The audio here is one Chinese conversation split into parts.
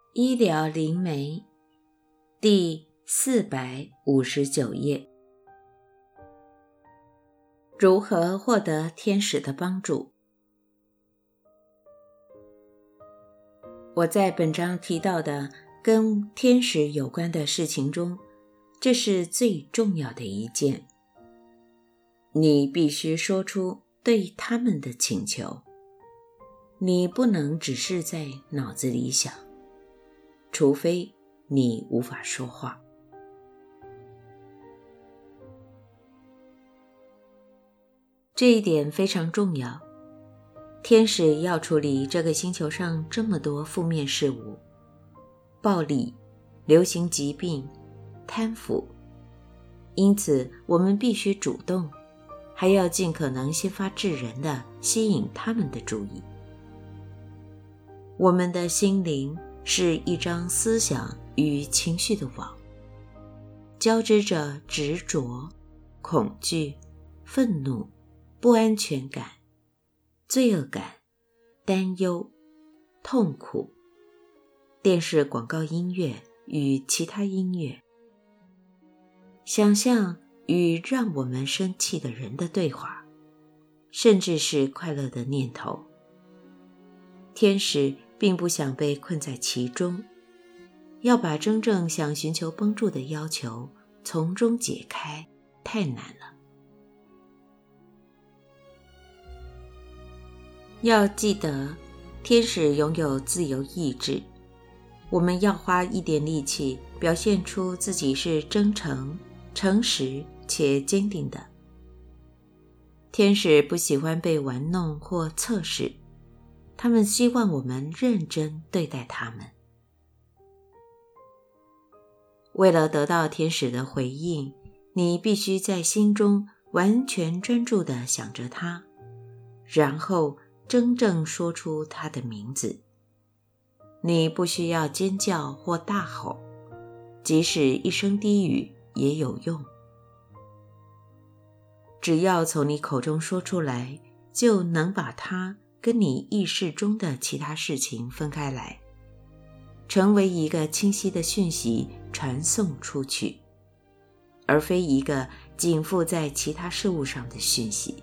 医疗灵媒第459页。如何获得天使的帮助？我在本章提到的跟天使有关的事情中，这是最重要的一件。你必须说出对他们的请求，你不能只是在脑子里想，除非你无法说话。这一点非常重要。天使要处理这个星球上这么多负面事物，暴力、流行疾病、贪腐，因此我们必须主动，还要尽可能先发制人地吸引他们的注意。我们的心灵是一张思想与情绪的网，交织着执着、恐惧、愤怒、不安全感、罪恶感、担忧、痛苦、电视广告音乐与其他音乐，想象与让我们生气的人的对话，甚至是快乐的念头。天使并不想被困在其中，要把真正想寻求帮助的要求从中解开，太难了。要记得，天使拥有自由意志，我们要花一点力气表现出自己是真诚、诚实且坚定的。天使不喜欢被玩弄或测试，他们希望我们认真对待他们。为了得到天使的回应，你必须在心中完全专注地想着他，然后真正说出他的名字。你不需要尖叫或大吼，即使一声低语也有用。只要从你口中说出来，就能把它跟你意识中的其他事情分开来，成为一个清晰的讯息传送出去，而非一个仅附在其他事物上的讯息。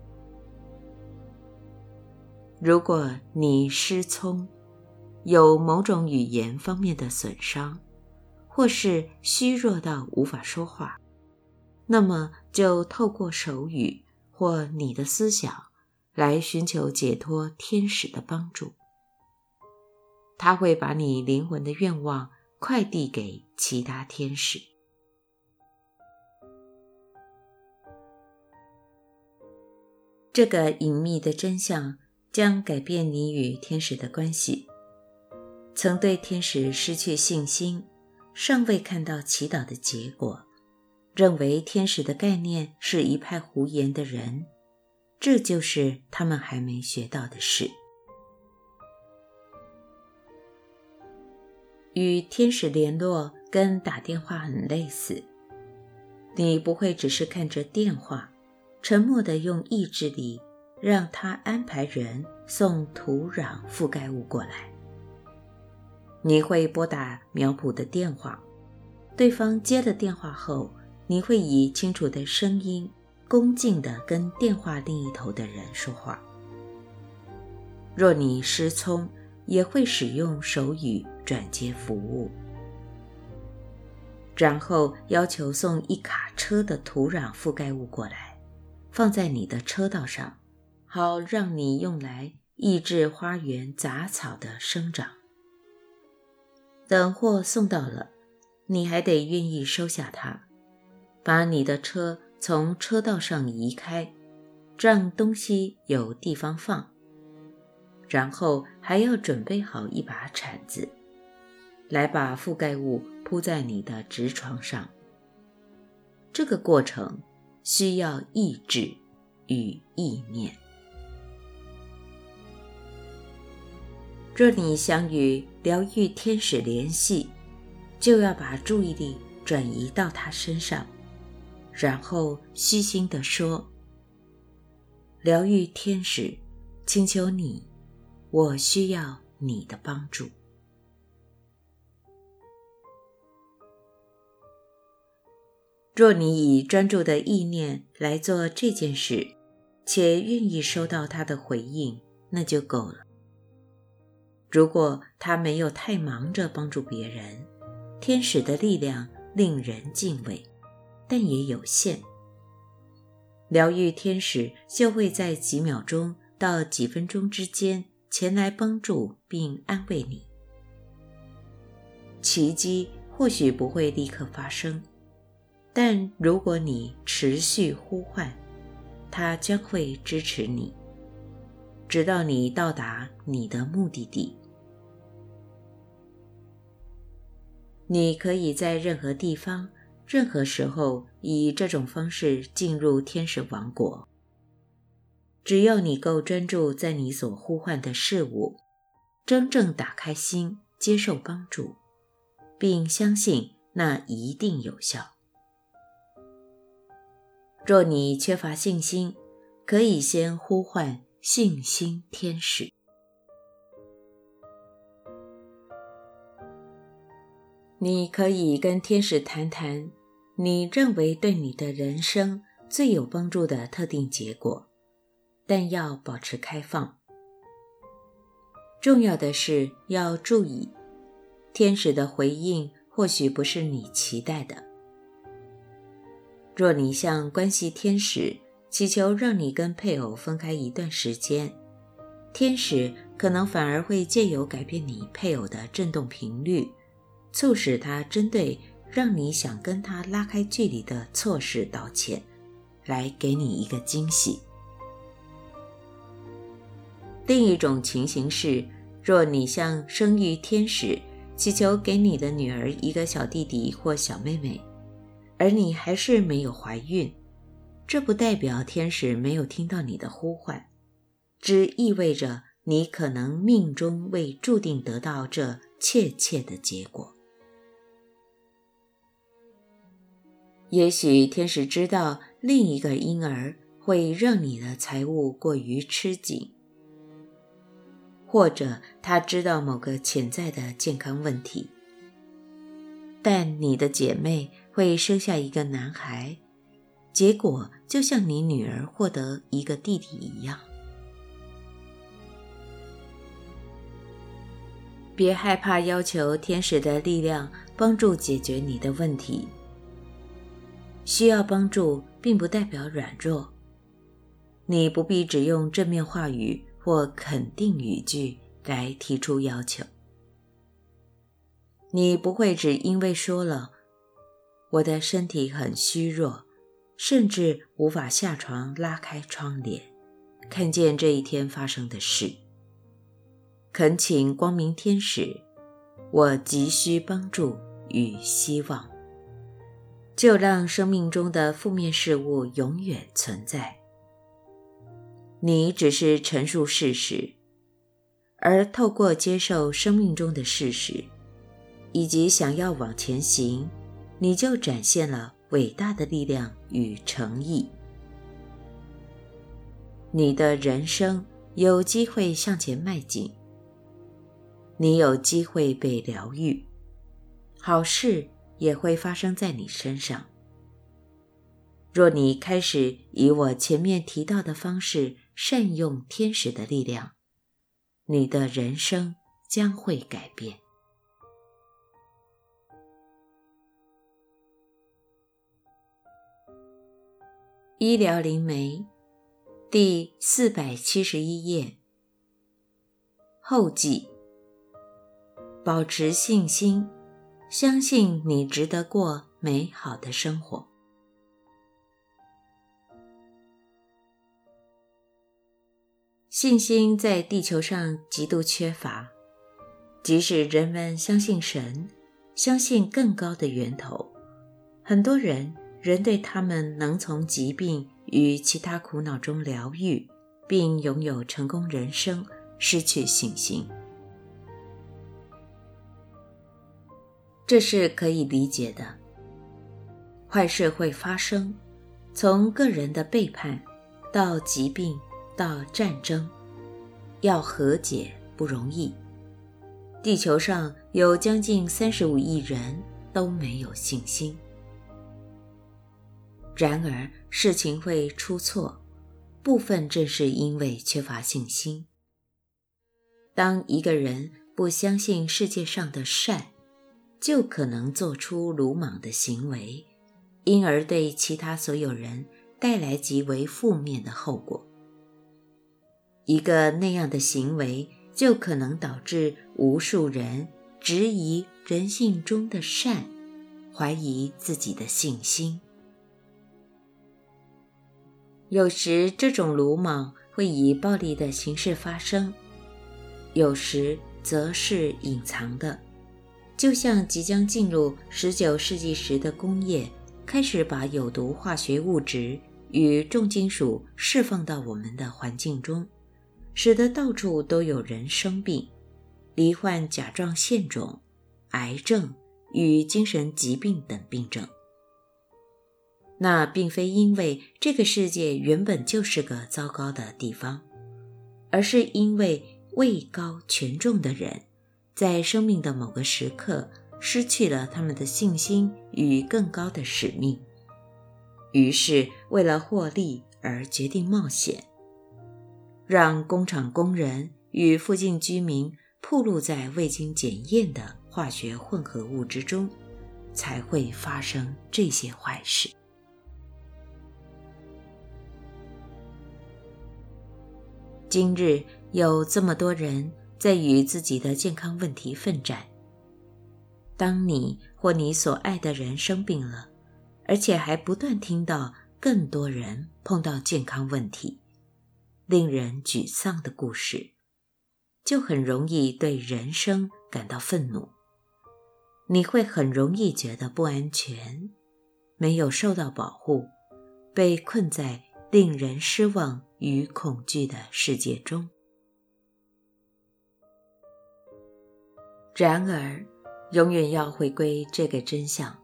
如果你失聪，有某种语言方面的损伤，或是虚弱到无法说话，那么就透过手语或你的思想来寻求解脱天使的帮助。他会把你灵魂的愿望快递给其他天使。这个隐秘的真相将改变你与天使的关系。曾对天使失去信心，尚未看到祈祷的结果，认为天使的概念是一派胡言的人，这就是他们还没学到的事。与天使联络跟打电话很类似，你不会只是看着电话，沉默地用意志力让他安排人送土壤覆盖物过来。你会拨打苗圃的电话，对方接了电话后，你会以清楚的声音恭敬地跟电话另一头的人说话。若你失聪，也会使用手语转接服务，然后要求送一卡车的土壤覆盖物过来，放在你的车道上，好让你用来抑制花园杂草的生长。等货送到了，你还得愿意收下它，把你的车从车道上移开，让东西有地方放，然后还要准备好一把铲子，来把覆盖物铺在你的直床上。这个过程需要意志与意念。若你想与疗愈天使联系，就要把注意力转移到他身上，然后虚心地说：疗愈天使，请求你，我需要你的帮助。 若你以专注的意念来做这件事，且愿意收到他的回应，那就够了。如果他没有太忙着帮助别人，天使的力量令人敬畏，但也有限。疗愈天使就会在几秒钟到几分钟之间前来帮助并安慰你。奇迹或许不会立刻发生，但如果你持续呼唤，它将会支持你，直到你到达你的目的地。你可以在任何地方、任何时候以这种方式进入天使王国。只要你够专注在你所呼唤的事物，真正打开心，接受帮助，并相信那一定有效。若你缺乏信心，可以先呼唤信心天使。你可以跟天使谈谈你认为对你的人生最有帮助的特定结果，但要保持开放。重要的是要注意，天使的回应或许不是你期待的。若你向关系天使祈求让你跟配偶分开一段时间，天使可能反而会借由改变你配偶的振动频率，促使他针对让你想跟他拉开距离的错事道歉，来给你一个惊喜。另一种情形是，若你向生育天使祈求给你的女儿一个小弟弟或小妹妹，而你还是没有怀孕，这不代表天使没有听到你的呼唤，只意味着你可能命中未注定得到这确切的结果。也许天使知道另一个婴儿会让你的财务过于吃紧，或者他知道某个潜在的健康问题，但你的姐妹会生下一个男孩，结果就像你女儿获得一个弟弟一样。别害怕要求天使的力量帮助解决你的问题。需要帮助并不代表软弱，你不必只用正面话语或肯定语句来提出要求。你不会只因为说了我的身体很虚弱，甚至无法下床拉开窗帘，看见这一天发生的事。恳请光明天使，我急需帮助与希望，就让生命中的负面事物永远存在。你只是陈述事实，而透过接受生命中的事实，以及想要往前行，你就展现了伟大的力量与诚意。你的人生有机会向前迈进，你有机会被疗愈，好事也会发生在你身上。若你开始以我前面提到的方式善用天使的力量，你的人生将会改变。医疗灵媒第471页，后记：保持信心，相信你值得过美好的生活。信心在地球上极度缺乏，即使人们相信神，相信更高的源头，很多人仍对他们能从疾病与其他苦恼中疗愈，并拥有成功人生失去信心。这是可以理解的。坏事会发生，从个人的背叛到疾病到战争，要和解不容易。地球上有将近35亿人都没有信心。 然而事情会出错，部分正是因为缺乏信心。当一个人不相信世界上的善，就可能做出鲁莽的行为，因而对其他所有人带来极为负面的后果。一个那样的行为就可能导致无数人质疑人性中的善，怀疑自己的信心。有时这种鲁莽会以暴力的形式发生，有时则是隐藏的，就像即将进入19世纪时的工业开始把有毒化学物质与重金属释放到我们的环境中，使得到处都有人生病，罹患甲状腺肿、癌症与精神疾病等病症。那并非因为这个世界原本就是个糟糕的地方，而是因为位高权重的人在生命的某个时刻失去了他们的信心与更高的使命，于是为了获利而决定冒险，让工厂工人与附近居民暴露在未经检验的化学混合物之中，才会发生这些坏事。今日有这么多人在与自己的健康问题奋战。当你或你所爱的人生病了，而且还不断听到更多人碰到健康问题，令人沮丧的故事，就很容易对人生感到愤怒。你会很容易觉得不安全，没有受到保护，被困在令人失望与恐惧的世界中。然而，永远要回归这个真相：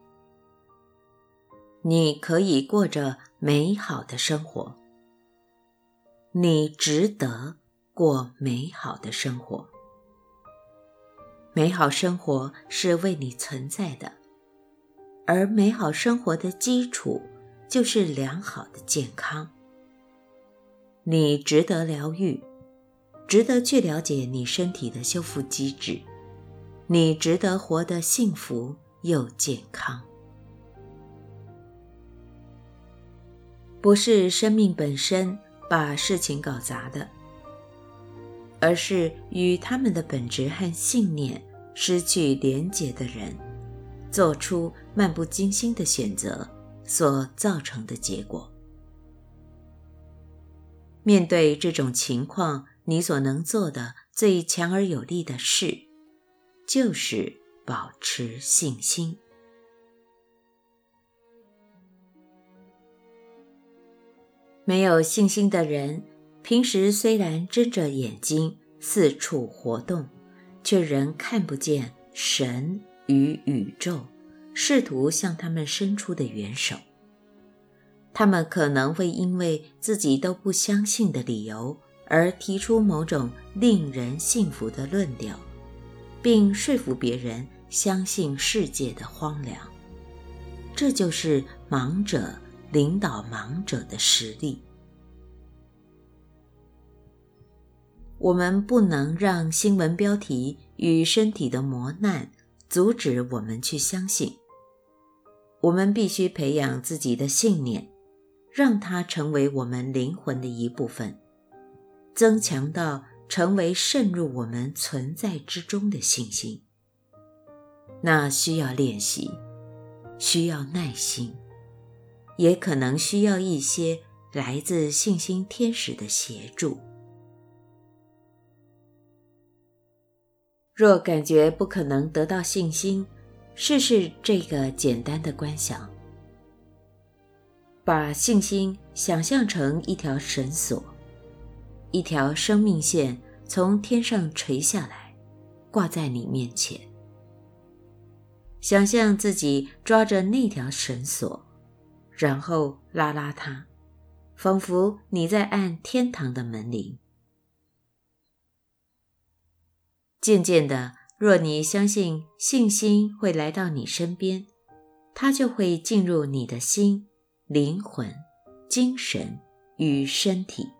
你可以过着美好的生活，你值得过美好的生活。美好生活是为你存在的，而美好生活的基础就是良好的健康。你值得疗愈，值得去了解你身体的修复机制，你值得活得幸福又健康。不是生命本身把事情搞砸的，而是与他们的本质和信念失去连结的人做出漫不经心的选择所造成的结果。面对这种情况，你所能做的最强而有力的事，就是保持信心。没有信心的人，平时虽然睁着眼睛四处活动，却仍看不见神与宇宙试图向他们伸出的援手。他们可能会因为自己都不相信的理由而提出某种令人信服的论调，并说服别人相信世界的荒凉。这就是盲者领导盲者的实力。我们不能让新闻标题与身体的磨难阻止我们去相信。我们必须培养自己的信念，让它成为我们灵魂的一部分，增强到成为渗入我们存在之中的信心。那需要练习，需要耐心，也可能需要一些来自信心天使的协助。若感觉不可能得到信心，试试这个简单的观想：把信心想象成一条绳索，一条生命线从天上垂下来，挂在你面前。想象自己抓着那条绳索，然后拉拉它，仿佛你在按天堂的门铃。渐渐的，若你相信信心会来到你身边，它就会进入你的心， 灵魂、精神与身体。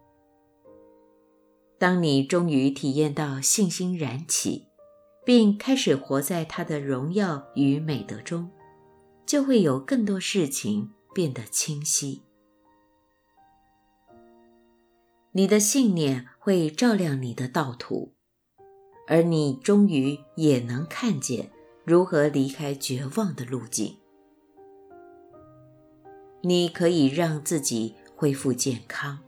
当你终于体验到信心燃起，并开始活在它的荣耀与美德中，就会有更多事情变得清晰。你的信念会照亮你的道途，而你终于也能看见如何离开绝望的路径。你可以让自己恢复健康。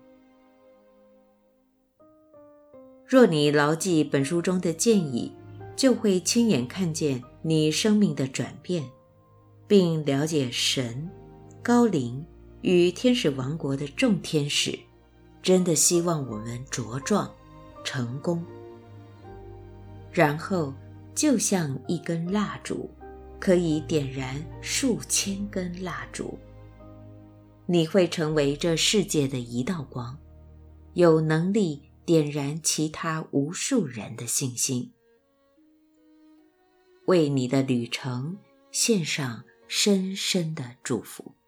若你牢记本书中的建议，就会亲眼看见你生命的转变，并了解神、高灵与天使王国的众天使真的希望我们茁壮、成功。然后，就像一根蜡烛，可以点燃数千根蜡烛。你会成为这世界的一道光，有能力点燃其他无数人的信心。为你的旅程献上深深的祝福。